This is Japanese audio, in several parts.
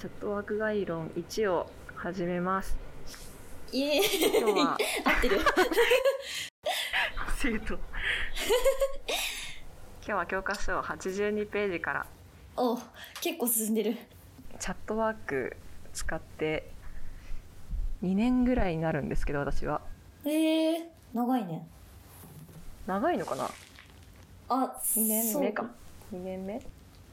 チャットワーク概論1を始めます。 イエーイ。 今日は合ってる生徒今日は教科書82ページから。 お、結構進んでる。 チャットワーク使って2年ぐらいになるんですけど、私は。 長いね。 長いのかな。2年目か。2年目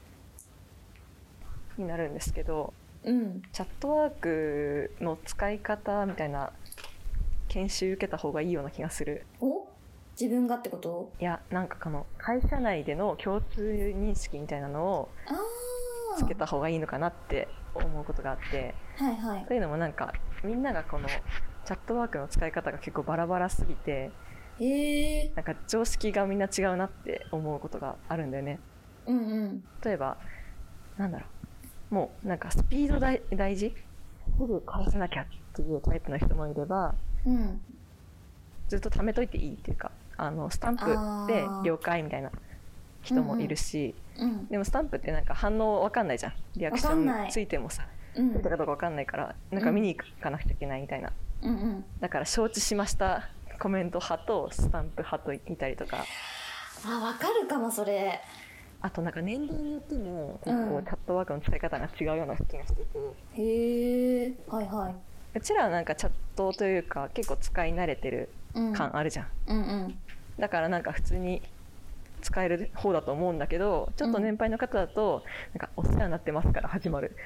になるんですけど、 うん、 チャットワークの使い方みたいな研修受けた方がいいような気がする。 お、自分がってこと？ いや、なんか会社内での共通認識みたいなのをつけた方がいいのかなって思うことがあって、 はいはい。 というのもなんかみんながこのチャットワークの使い方が結構バラバラすぎて、なんか常識がみんな違うなって思うことがあるんだよね。 うんうん。 例えばなんだろう、もうなんかスピード大事、すぐ返さなきゃっていうタイプの人もいれば、 うん、 ずっと貯めといていいっていうか、スタンプで了解みたいな人もいるし、 うんうん、 でもスタンプってなんか反応分かんないじゃん。リアクションついてもさ、ついたかどうか分かんないから、なんか見に行かなくちゃいけないみたいな、 うんうん、 だから承知しましたコメント派とスタンプ派といたりとか。 分かるかもそれ。 あとなんか年齢によっても結構チャットワークの使い方が違うような気がしてて、 へえ、はいはい。 うちらはなんかチャットというか結構使い慣れてる感あるじゃん、 うんうん、 だからなんか普通に使える方だと思うんだけど、ちょっと年配の方だとなんかお世話になってますから始まる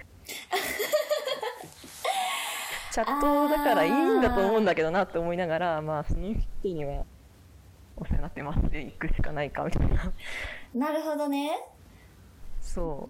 チャットだからいいんだと思うんだけどなって思いながら、まあその人にはお世話になってますって行くしかないかみたいな。 なるほどね。 そう、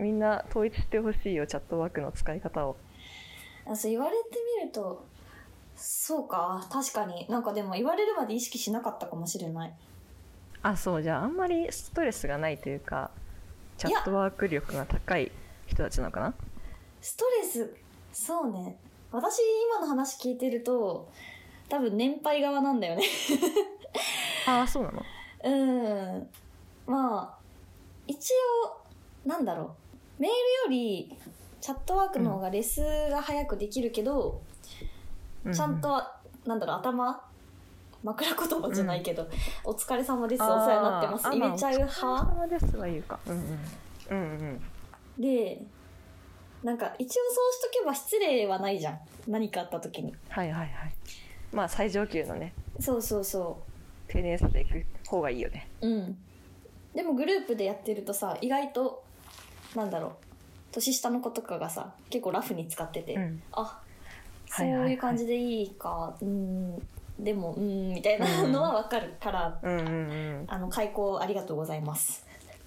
みんな統一してほしいよ、チャットワークの使い方を。 そう言われてみるとそうか、確かに。なんかでも言われるまで意識しなかったかもしれない。 そう、じゃああんまりストレスがないというか、チャットワーク力が高い人たちなのかな。 ストレス、そうね。私今の話聞いてると多分年配側なんだよねそうなの。 まあ一応なんだろう、メールよりチャットワークの方がレスが早くできるけど、ちゃんとなんだろう、枕言葉じゃないけど、お疲れ様です、お世話になってます入れちゃう派。 お疲れ様ですは言うか。 で、なんか一応そうしとけば失礼はないじゃん、何かあった時に。 はいはいはい。まあ最上級のね、 そうそうそう、 丁寧さでいく方がいいよね。 でもグループでやってるとさ、意外となんだろう、年下の子とかがさ結構ラフに使ってて、そういう感じでいいか、でもみたいなのは分かるから、開講ありがとうございます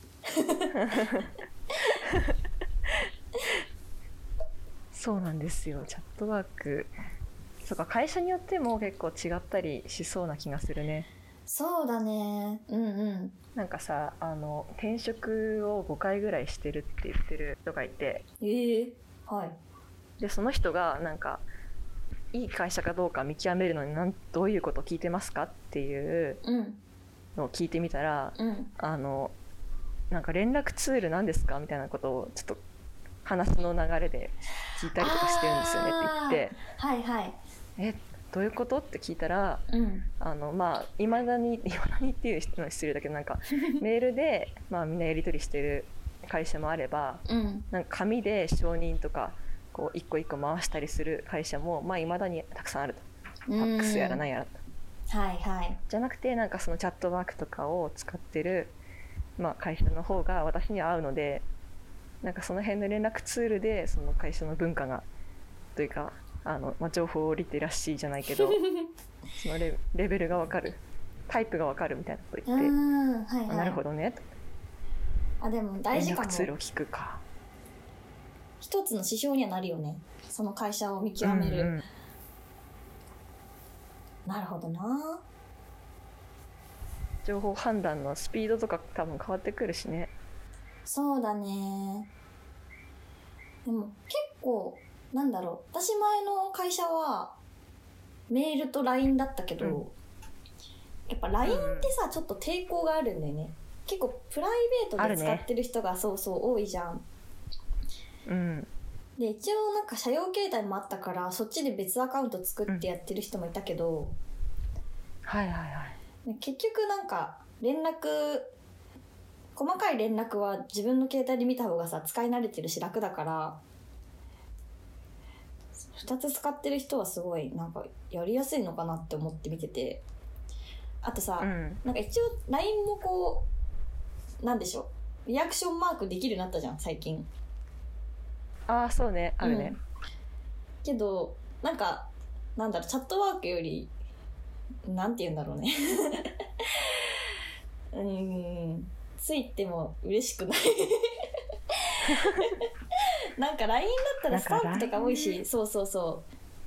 そうなんですよ、チャットワーク。そうか、会社によっても結構違ったりしそうな気がするね。 そうだね。 なんかさ、転職を5回ぐらいしてるって言ってる人がいて、 はい。 でその人がなんかいい会社かどうか見極めるのにどういうことを聞いてますかっていうのを聞いてみたら、なんか連絡ツールなんですかみたいなことをちょっと話の流れで聞いたりとかしてるんですよねって言って、 はいはい、 どういうことって聞いたら、まあいまだにっていう人の失礼だけど、なんかメールで、まあ、みんなやり取りしてる会社もあれば、なんか紙で承認とかこう一個一個回したりする会社もまあ未だにたくさんあると。ファックスやらなんやらと、じゃなくて、なんかそのチャットワークとかを使ってる、まあ、会社の方が私には合うので、なんかその辺の連絡ツールでその会社の文化がというか、情報リテラシーじゃないけどそのレベルが分かる、タイプが分かるみたいなこと言って、なるほどねと。 でも大事かも。 連絡ツールを聞くか、 一つの指標にはなるよね、その会社を見極める。なるほどな。 情報判断のスピードとか多分変わってくるしね。 そうだね。でも結構なんだろう、私前の会社はメールと LINE だったけど、やっぱ LINE ってさ、ちょっと抵抗があるんだよね。結構プライベートで使ってる人がそうそう多いじゃん。 で一応なんか社用携帯もあったからそっちで別アカウント作ってやってる人もいたけど、 はいはいはい、 結局なんか細かい連絡は自分の携帯で見た方がさ使い慣れてるし楽だから、2つ使ってる人はすごいなんかやりやすいのかなって思って見てて、あとさ、なんか一応 LINE もこうなんでしょう、リアクションマークできるようになったじゃん最近。 ああそうね、あるね、 けどなんかなんだろう、チャットワークよりなんて言うんだろうねついても嬉しくないなんか LINE だったらスタンプとか多いし、そうそうそう、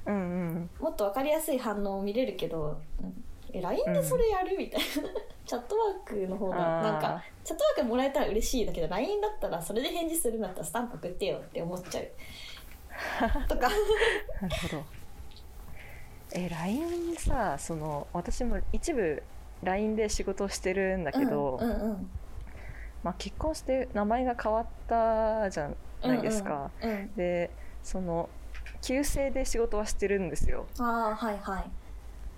もっと分かりやすい反応を見れるけど、LINE でそれやるみたいなチャットワークの方がなんかチャットワークもらえたら嬉しいだけど LINE だったらそれで返事するんだったらスタンプ送ってよって思っちゃうとかなるほど。LINE さ、私も一部 LINE で仕事をしてるんだけど、まあ、結婚して名前が変わったじゃないですか、で旧姓で仕事はしてるんですよ。 あ、はいはい、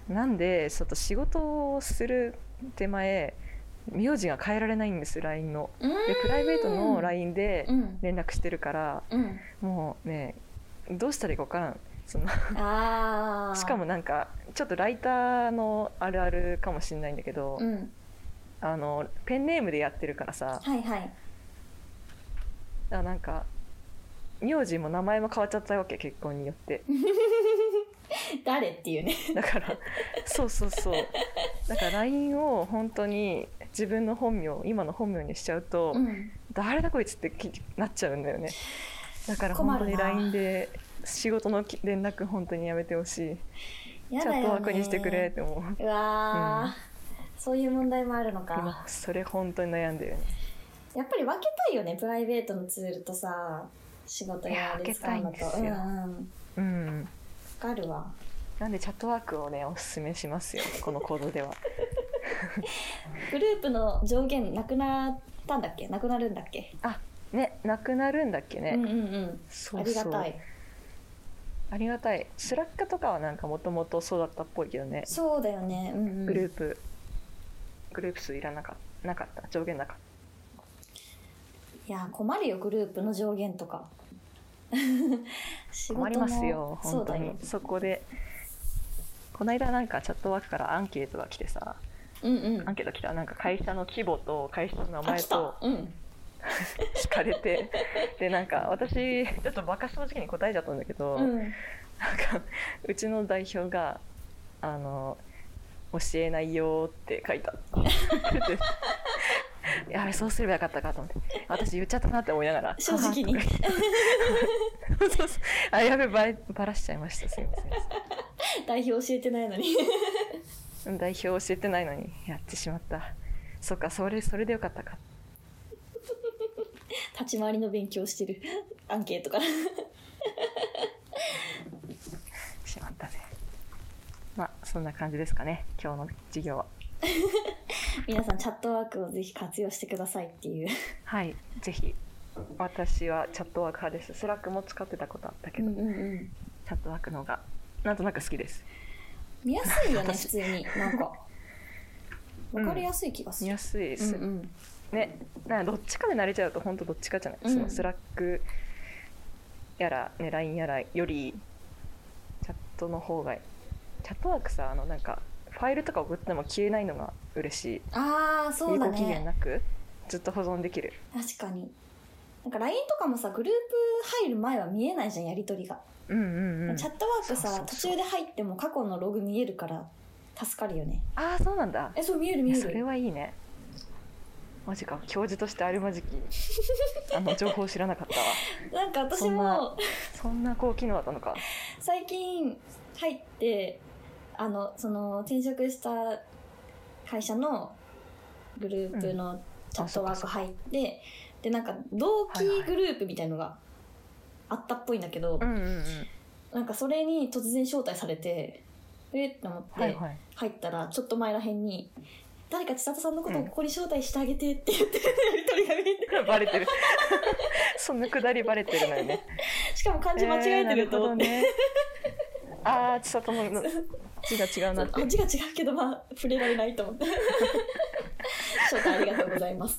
なんでちょっと仕事をする手前名字が変えられないんです LINE の。でプライベートの LINE で連絡してるから、もうねどうしたらいいか分からん。しかもなんかちょっとライターのあるあるかもしれないんだけど、ペンネームでやってるからさ、 はいはい、 だからなんか名字も名前も変わっちゃったわけ、結婚によって誰っていうねだからそうそうそう、だから LINE を本当に自分の本名、今の本名にしちゃうと、誰だこいつってなっちゃうんだよね。だから本当に LINE で仕事の連絡本当にやめてほしい。チャットワークにしてくれって思う。 うわ、そういう問題もあるのか。 今それ本当に悩んでるね。 やっぱり分けたいよね、プライベートのツールとさ仕事やで使うのと。分かるわ。 なんでチャットワークをねおすすめしますよ、このコードではグループの上限なくなったんだっけ、なくなるんだっけ。 あね、なくなるんだっけね。 そうそう、ありがたい。 ありがたい。スラックとかはなんかもともとそうだったっぽいけどね。 そうだよね、 グループ数いらなかった、上限なかった。 いや困るよ、グループの上限とか困りますよ本当に。そこでこの間なんかチャットワークからアンケートが来てさ、アンケート来た、なんか会社の規模と会社の名前と聞かれてでなんか私ちょっとバカ正直に答えちゃったんだけど、なんかうちの代表が教えないよって書いたやべ、そうすればよかったかと思って、私言っちゃったなって思いながら正直にあ、やべ、バラしちゃいました、すいません代表教えてないのに代表教えてないのにやってしまった。そっか、それでよかったか。 立ち回りの勉強してるアンケートからしまったね。まあそんな感じですかね、今日の授業は皆さんチャットワークをぜひ活用してくださいっていうはい、ぜひ。私はチャットワーク派です。スラックも使ってたことあったけど、チャットワークの方がなんとなく好きです。 見やすいよね普通になんか分かりやすい気がする、 見やすいです、ね、なんかどっちかで慣れちゃうと本当どっちかじゃない、そのスラックやら、ね、LINE やらよりチャットの方が、チャットワークさ、なんかファイルとか送っても消えないのが嬉しい。 ああ、そうだね。 有効期限なくずっと保存できる。 確かに。なんか LINE とかもさ、グループ入る前は見えないじゃん、やり取りが。チャットワークさ、途中で入っても過去のログ見えるから助かるよね。 ああ、そうなんだ。 そう、見える見える。 それはいいね。マジか、教授としてあるまじき情報知らなかったわ。 なんか私もそんな高機能だったのか。 最近入ってその転職した会社のグループのチャットワーク入って、でなんか同期グループみたいのがあったっぽいんだけど、なんかそれに突然招待されてって思って入ったら、ちょっと前らへんに誰か千里さんのことをここに招待してあげてって言ってるやり取りが見えてバレてるそんなくだりバレてるのよね。 しかも漢字間違えてると思って、 ね、ああちょっともう字が違うなって字が違うけどまあ触れられないと思って翔太ありがとうございます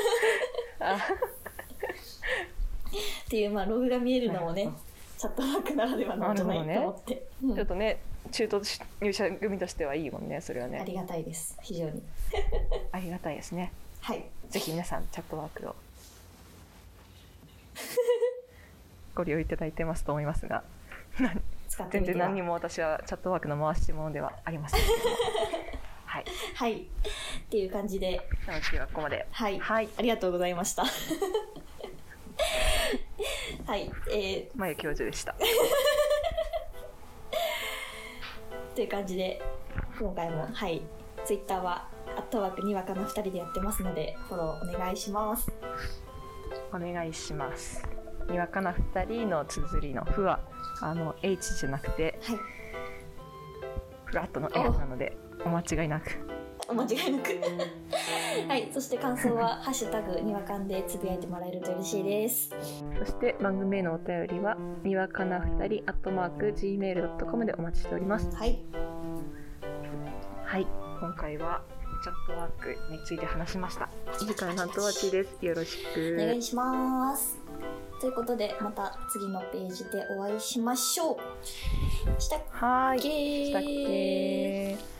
っていう、まあログが見えるのもね、チャットワークならではなんじゃないと思って、 ちょっとね中途入社組としてはいいもんね、それはね。 ありがたいです、非常にありがたいですね。 はい、 ぜひ皆さんチャットワークをご利用いただいてますと思いますが全然何にも私はチャットワークの回し者ではありませんけどはい、 はい、っていう感じで今日はここまで、 はい、はい、ありがとうございましたはい、 まゆ教授でしたという感じで今回もはいツイッターはアットワークにわかな2人でやってますのでフォローお願いします。 お願いします。にわかな2人の綴りの「ふ」はH じゃなくて、はい、フラットの F なのでお間違いなくはい、そして感想はハッシュタグにわかんでつぶやいてもらえると嬉しいです。 そして番組へのお便りはにわかな2人@gmail.com でお待ちしております。 はいはい、今回はチャットワークについて話しました。次回の担当はちです。よろしくお願いします。ということでまた次のページでお会いしましょう。したっけー。